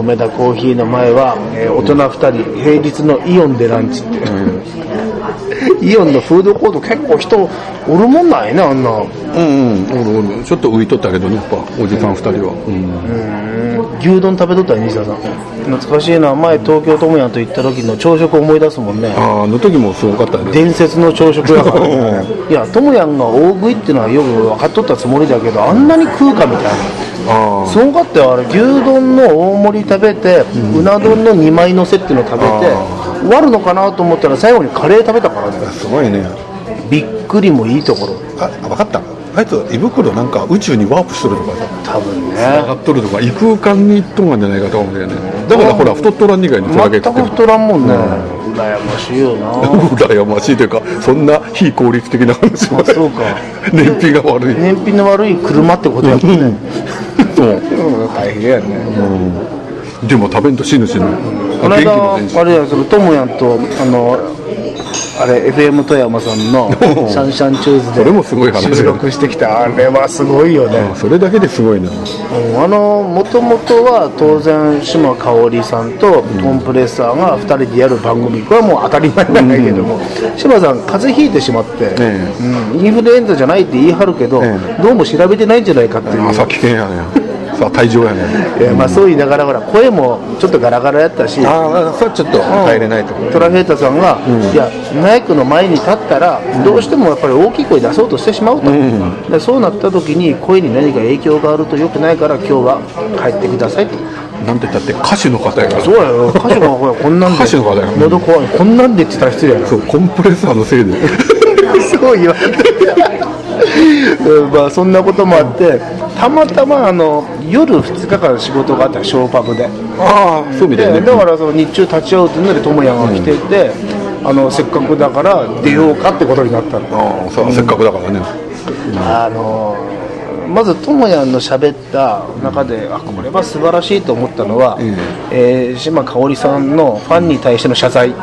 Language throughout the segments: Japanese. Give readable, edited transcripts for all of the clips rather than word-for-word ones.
豆田コーヒーの前は、大人2人平日のイオンでランチって、イオンのフードコート結構人おるもんないね、あんな。 ちょっと浮いとったけどね、やっぱおじさん2人は。 牛丼食べとったよ、西田さん。懐かしいな。前東京トモヤンと行った時の朝食思い出すもんね。 あの時もすごかったね。 伝説の朝食やからね。いや、トモヤンが大食いっていうのはよく分かっとったつもりだけど、あんなに食うかみたいな。すごかったよ、あれ。牛丼の大盛り食べて、うな丼の2枚乗せっていうのを食べて終わるのかなと思ったら最後にカレー食べたからね。 すごいね。 びっくりもいいところ。 分かった。あいつ胃袋なんか宇宙にワープするとかさ、多分ね、 上がっとるとか異空間に行っとんがんじゃないかと思うんだよね。だからほら太っとらん以外に全く太らんもんね。羨ましいよな。 羨ましいというか、そんな非効率的な話も。 そうか。 燃費が悪い。 燃費の悪い車ってことやもんね。そう大変やね。 でも食べんと死ぬしね。 この間あれや、そのトモヤンとあれ FM 富山さんのシャンシャンチューズでそれもすごい話収録してきた。あれはすごいよね。 それだけですごいな。 もともとは当然島香織さんとコンプレッサーが2人でやる番組、これはもう当たり前なんだけども、島さん風邪ひいてしまって、インフルエンザじゃないって言い張るけど、どうも調べてないんじゃないかっていう。 さっき危険やね。さあ体調やね。 まあそう言いながらほら声もちょっとガラガラやったし、 それはちょっと入れないと。 トラヘータさんが、いやマイクの前に立ったらどうしてもやっぱり大きい声出そうとしてしまうと、でそうなった時に声に何か影響があると良くないから今日は帰ってくださいと。 なんて言ったって歌手の方やから。 そうやよ、歌手がこんなんで歌手の方やから喉怖い、こんなんでって言ったら失礼やな。 そう、コンプレッサーのせいでそう言われてまあそんなこともあってたまたま夜2日間仕事があったショーパブで、 そうみたいね。 だからその日中立ち会うというので智也が来てて、せっかくだから出ようかってことになったの。 せっかくだからね。 まず智也の喋った中でこれは素晴らしいと思ったのは、島香織さんのファンに対しての謝罪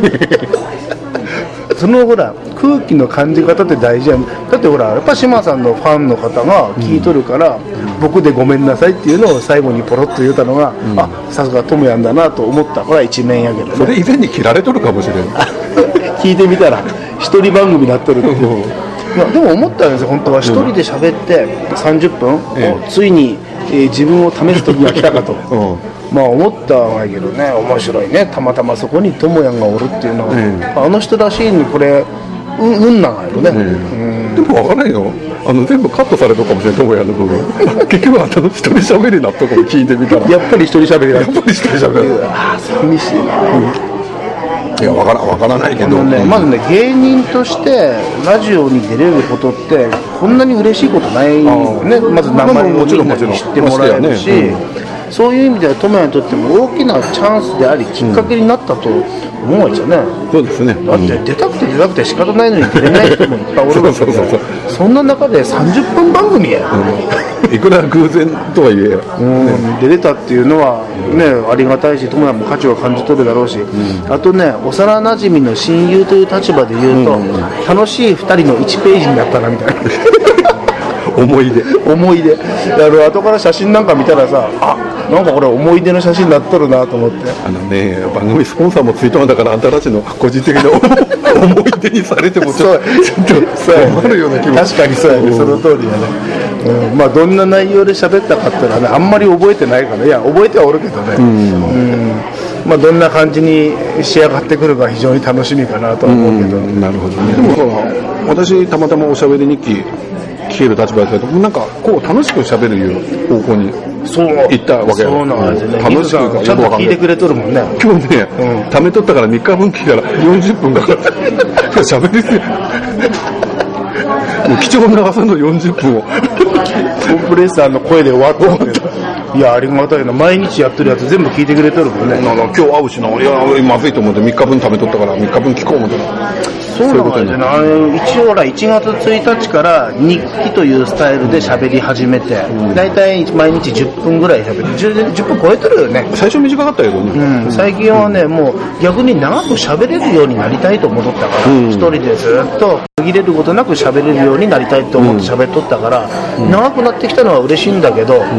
そのほら空気の感じ方って大事やん。だってほらやっぱ島さんのファンの方が聞いとるから、僕でごめんなさいっていうのを最後にポロッと言ったのが、さすが智也だなと思った。これは一面やけどね。 それ以前に切られとるかもしれない聞いてみたら一人番組になっとるっていうでも思ったんですよ、本当は一人で喋って30分、ついに、自分を試す時が来たかと、まあ思ったんやけどね。面白いね。たまたまそこに智也がおるっていうのは、あの人らしいにこれなんやろね。 でも分からんよ。全部カットされたかもしれない、智也の部分結局一人喋りになったかも聞いてみたらやっぱり一人喋りだ。 やっぱり一人喋り寂しいな。 いや分からないけど、 まずね、芸人としてラジオに出れることってこんなに嬉しいことないよね。まず名前をみんなに知ってもらえるし、そういう意味では智也にとっても大きなチャンスでありきっかけになったと思うわけじゃね。 そうですね。 だって出たくて仕方ないのに出れない人もいっぱいおるわけで、そんな中で30分番組や、 いくら偶然とはいえ、 出れたっていうのはね、ありがたいし、智也も価値を感じ取るだろうし、あとね、幼なじみの親友という立場で言うと、楽しい2人の1ページになったなみたいな思い出後から写真なんか見たらさ、なんかこれ思い出の写真になっとるなと思って。 番組スポンサーもついとんだから、あんたたちの個人的な思い出にされてもちょっと困るような気も。 確かにそうやね、その通りやね。まあどんな内容で喋ったかっていうのはね、あんまり覚えてないから、いや覚えてはおるけどね、まあどんな感じに仕上がってくるか非常に楽しみかなと思うけど。 なるほどね。でも私たまたまおしゃべり日記聞ける立場ですけど、なんかこう楽しく喋るいう方向に行ったわけや。 そうなんですね。 楽しくかちゃんと聞いてくれとるもんね。 今日ね、貯めとったから3日分聞いたら40分かかる喋りすぎもう貴重な朝の40分をコンプレッサーの声で終わったわけだ。いやありがたいな。毎日やってるやつ全部聞いてくれとるもんね。 今日会うしな、いやまずいと思って3日分食べとったから3日分聞こう思ってな。 そうなんですね。一応1月1日から日記というスタイルで喋り始めて、だいたい毎日10分ぐらい喋って10分超えてるよね。 最初短かったけどね、 最近はねもう逆に長く喋れるようになりたいと思っとったから、一人でずっと途切れることなく喋れるようになりたいと思って喋っとったから、長くなってきたのは嬉しいんだけど、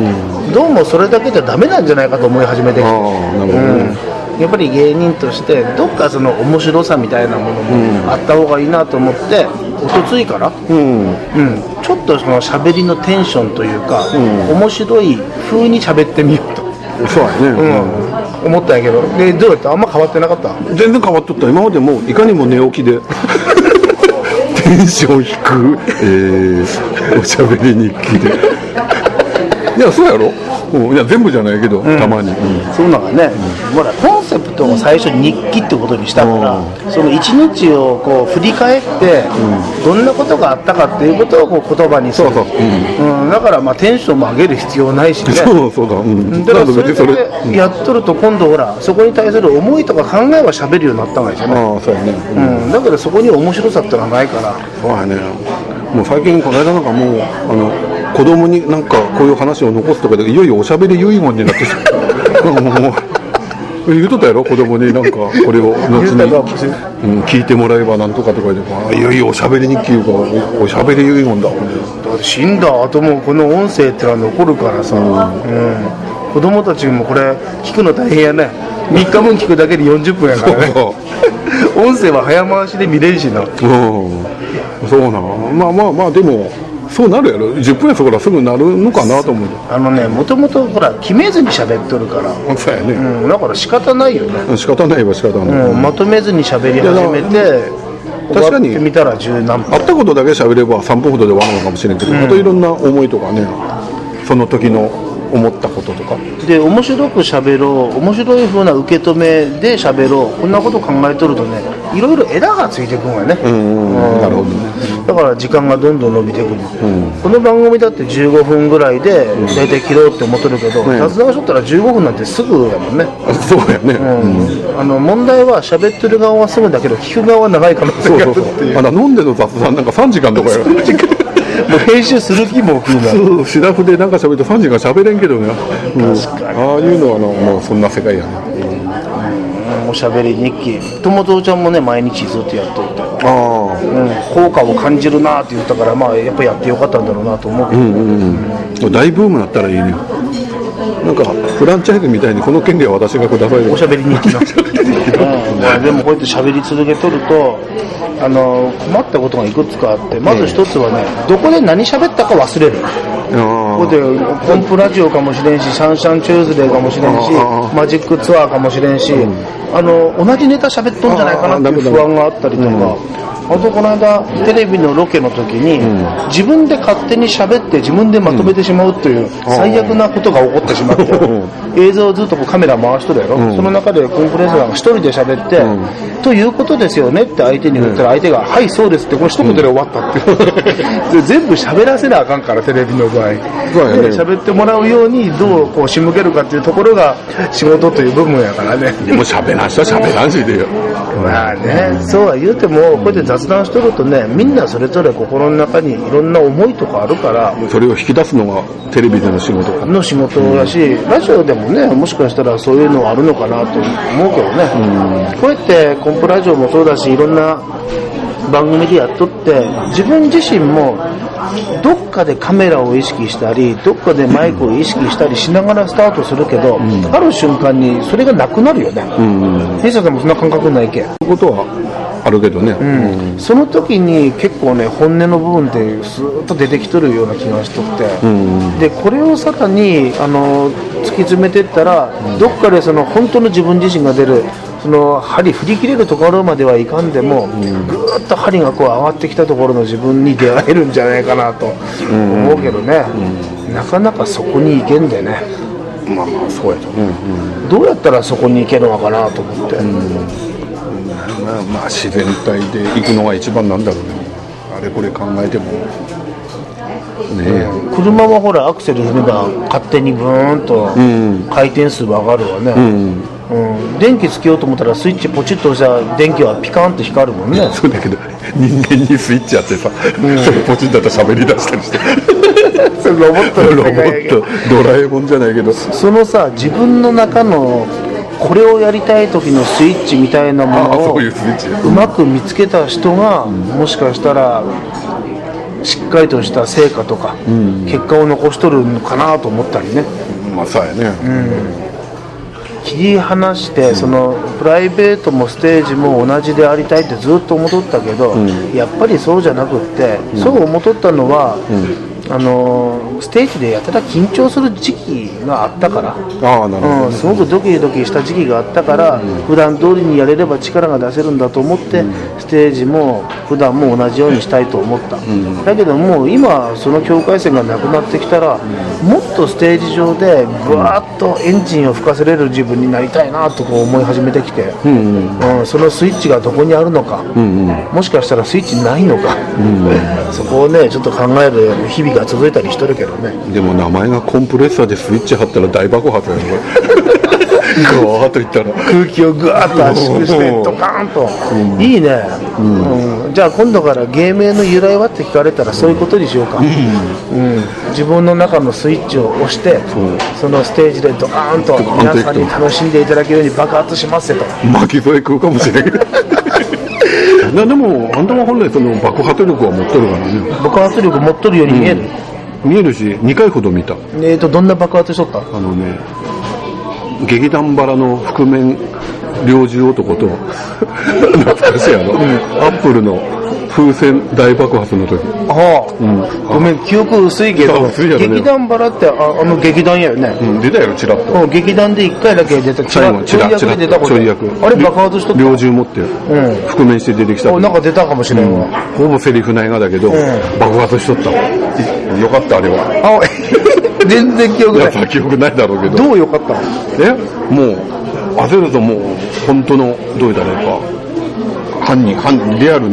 どうもそれだけじゃダメなんじゃないかと思い始めてきて、 なるほどね、 やっぱり芸人としてどっかその面白さみたいなものもあった方がいいなと思って、おとついから、ちょっとその喋りのテンションというか、面白い風に喋ってみようと。 そうやね、 思ったんやけど、でどうやった？あんま変わってなかった？ 全然変わっとった。今までもいかにも寝起きでテンション低く、おしゃべり日記でいやそうやろ、いや全部じゃないけど、たまに、 そうなんかね、ほらコンセプトを最初に日記ってことにしたから、その一日をこう振り返って、どんなことがあったかっていうことをこう言葉にする。 そうそう、 だからまあテンションも上げる必要ないしね。 そうだ、 だからそれだけやっとると今度ほらそこに対する思いとか考えは喋るようになったわけじゃない。 そうやね、 だからそこに面白さってのはないから。 そうやね、もう最近この間なんかもう子供になんかこういう話を残すとかでいよいよおしゃべり遺言になってしまうもう言うとったやろ、子供になんかこれを後に、聞いてもらえばなんとかとかで、いよいよおしゃべり日記いうかおしゃべり遺言だ。 だって死んだ後もこの音声ってのは残るからさ、子供たちもこれ聞くの大変やね。3日分聞くだけで40分やからね音声は早回しで見れるしな。 そうな、まあでもそうなるやろ、10分やそこらすぐなるのかなと思う。 もともとほら決めずに喋っとるから、 そうやね、 だから仕方ないよね。 仕方ないは仕方ない、 まとめずに喋り始めて、 確かに見たら10何分、 会ったことだけ喋れば3分ほどで終わるのかもしれんけど、あといろんな思いとかね、その時の思ったこととかで面白く喋ろう、面白い風な受け止めで喋ろう、こんなこと考えとるとね、いろいろ枝がついてくんわね。 なるほどね。 だから時間がどんどん伸びてくる、この番組だって15分ぐらいで大体切ろうって思っとるけど、雑談しとったら15分なんてすぐやもんね。 そうやね、 問題は喋ってる側はすぐだけど聞く側は長い可能性があるっていう。 飲んでの雑談なんか3時間とかやろもう編集する気も起きるな。 シラフでなんか喋ると3時間喋れんけどね、ああいうのはもうそんな世界やね。 おしゃべり日記、友蔵ちゃんもね毎日ずっとやっておって、効果を感じるなって言ったから、まあやっぱりやってよかったんだろうなと思うけど、 大ブームになったらいいね。なんかフランチャイズみたいにこの権利は私がください。 おしゃべり日記のでもこうやってしゃべり続けとると困ったことがいくつかあって、まず一つはね、どこで何喋ったか忘れる。ここでコンプラジオかもしれんし、シャンシャンチューズデーかもしれんし、マジックツアーかもしれんし、同じネタ喋っとんじゃないかなっていう不安があったりとか、あとこの間テレビのロケの時に、自分で勝手に喋って自分でまとめてしまうという最悪なことが起こってしまって、映像をずっとこうカメラ回しとるやろ、その中でコンプレッサーが一人で喋って、ということですよねって相手に言ったら、相手がはいそうですってこれ一言で終わったってで全部喋らせなあかんから、テレビの場合喋ってもらうようにどうこう仕向けるかっていうところが仕事という部分やからね。 でも喋らん人は喋らんしでよ。 まあね、そうは言うてもこうやって雑談しとるとね、みんなそれぞれ心の中にいろんな思いとかあるから、 それを引き出すのがテレビでの仕事の仕事だし、ラジオでもねもしかしたらそういうのはあるのかなと思うけどね、こうやってコンプラジオもそうだし、いろんな番組でやっとって自分自身もどっかでカメラを意識したりどっかでマイクを意識したりしながらスタートするけど、ある瞬間にそれがなくなるよね。弊社でもそんな感覚ないけん。 そういうことはあるけどね、 その時に結構ね本音の部分ってスーッと出てきとるような気がしとって、でこれをさらに突き詰めていったら、どっかでその本当の自分自身が出る、その針振り切れるところまではいかんでも、ぐーっと針がこう上がってきたところの自分に出会えるんじゃないかなと思うけどね、なかなかそこに行けんでね。 まあそうやと、 どうやったらそこに行けるのかなと思って、 まあ自然体で行くのが一番なんだろうね。あれこれ考えてもね、 車はほらアクセル踏めば勝手にブーンと回転数が上がるわね、電気つけようと思ったらスイッチポチッと押したら電気はピカンって光るもんね。 そうだけど人間にスイッチあってさ、それポチッとやったら喋り出したりしてそれロボットの世界やけど、 ドラえもんじゃないけど、 そのさ自分の中のこれをやりたい時のスイッチみたいなものをうまく見つけた人が、もしかしたらしっかりとした成果とか、結果を残しとるのかなと思ったりね。 まあそうやね、 切り離して、そのプライベートもステージも同じでありたいってずっと思っとったけど、やっぱりそうじゃなくって、そう思っとったのは、ステージでやってた緊張する時期があったから、 ああなるほど、 すごくドキドキした時期があったから、普段通りにやれれば力が出せるんだと思って、ステージも普段も同じようにしたいと思った、だけどもう今その境界線がなくなってきたら、もっとステージ上でぐわーっとエンジンを吹かせれる自分になりたいなとこう思い始めてきて、そのスイッチがどこにあるのか、もしかしたらスイッチないのか、そこをねちょっと考える日々が続いたりしとるけどね。 でも名前がコンプレッサーでスイッチ貼ったら大爆発やねガーッといったら空気をぐわーっと圧縮してドカーンと、いいね、じゃあ今度から芸名の由来はって聞かれたらそういうことにしようか、自分の中のスイッチを押して、そのステージでドカーンと皆さんに楽しんでいただけるように爆発しますよと。 巻き添え食うかもしれんけどでもあんたは本来その爆発力は持っとるからね。 爆発力持っとるように見える、 見えるし2回ほど見た。 どんな爆発しとった？ 劇団バラの覆面猟銃男と懐かしいアップルの風船大爆発の時。 ごめん記憶薄いけど、劇団バラって劇団やよね。 出たよチラッと。 劇団で1回だけ出た。 最後チラッとちょい役。 あれ爆発しとった。 猟銃持って覆面して出てきた。 なんか出たかもしれんわ。 ほぼセリフないがだけど爆発しとった。よかったあれは。 全然記憶ない。 記憶ないだろうけど。 どうよかった？ もう焦るともう本当のどう言ったらいいか犯人リアルな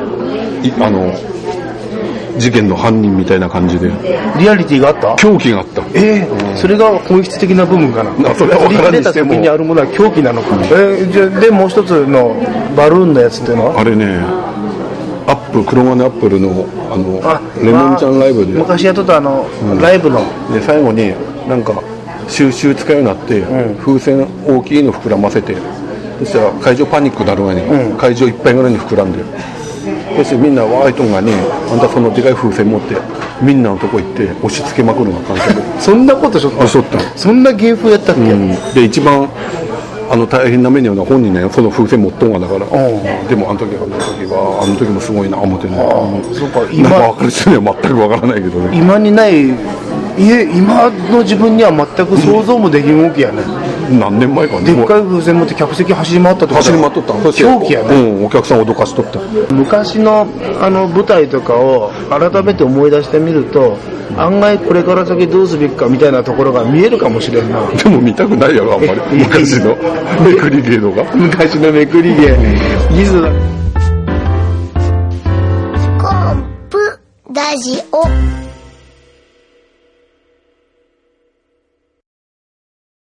事件の犯人みたいな感じでリアリティがあった？ 狂気があった。 それが本質的な部分かな。 それは分からんにしても取り入れた時にあるものは狂気なのか。じゃあでもう一つのバルーンのやつっていうのはあれね、黒金アップルのレモンちゃんライブで昔やっとったライブので最後になんか収集使うようになって、風船大きいの膨らませて、そしたら会場パニックになる前に、会場いっぱいぐらいに膨らんで、そしてみんなワーイトンがね、あんたそのでかい風船持ってみんなのとこ行って押し付けまくるの感じでそんなことしょった？そんな芸風やったっけ？ で一番大変な目に遭うのは本人ね、その風船持っとんがだから。でもあの時もすごいな思ってね。 そうか、 今分かる人には全く分からないけどね。 今にない今の自分には全く想像もできん動きやね。 何年前かね。 でっかい風船持って客席走り回ったとか。 走り回っとった。 狂気やね。 お客さんを脅かしとった。 昔の舞台とかを改めて思い出してみると、案外これから先どうすべきかみたいなところが見えるかもしれんな。 でも見たくないやろあんまり。昔のめくり芸とか。 昔のめくり芸。 コンプラジオ。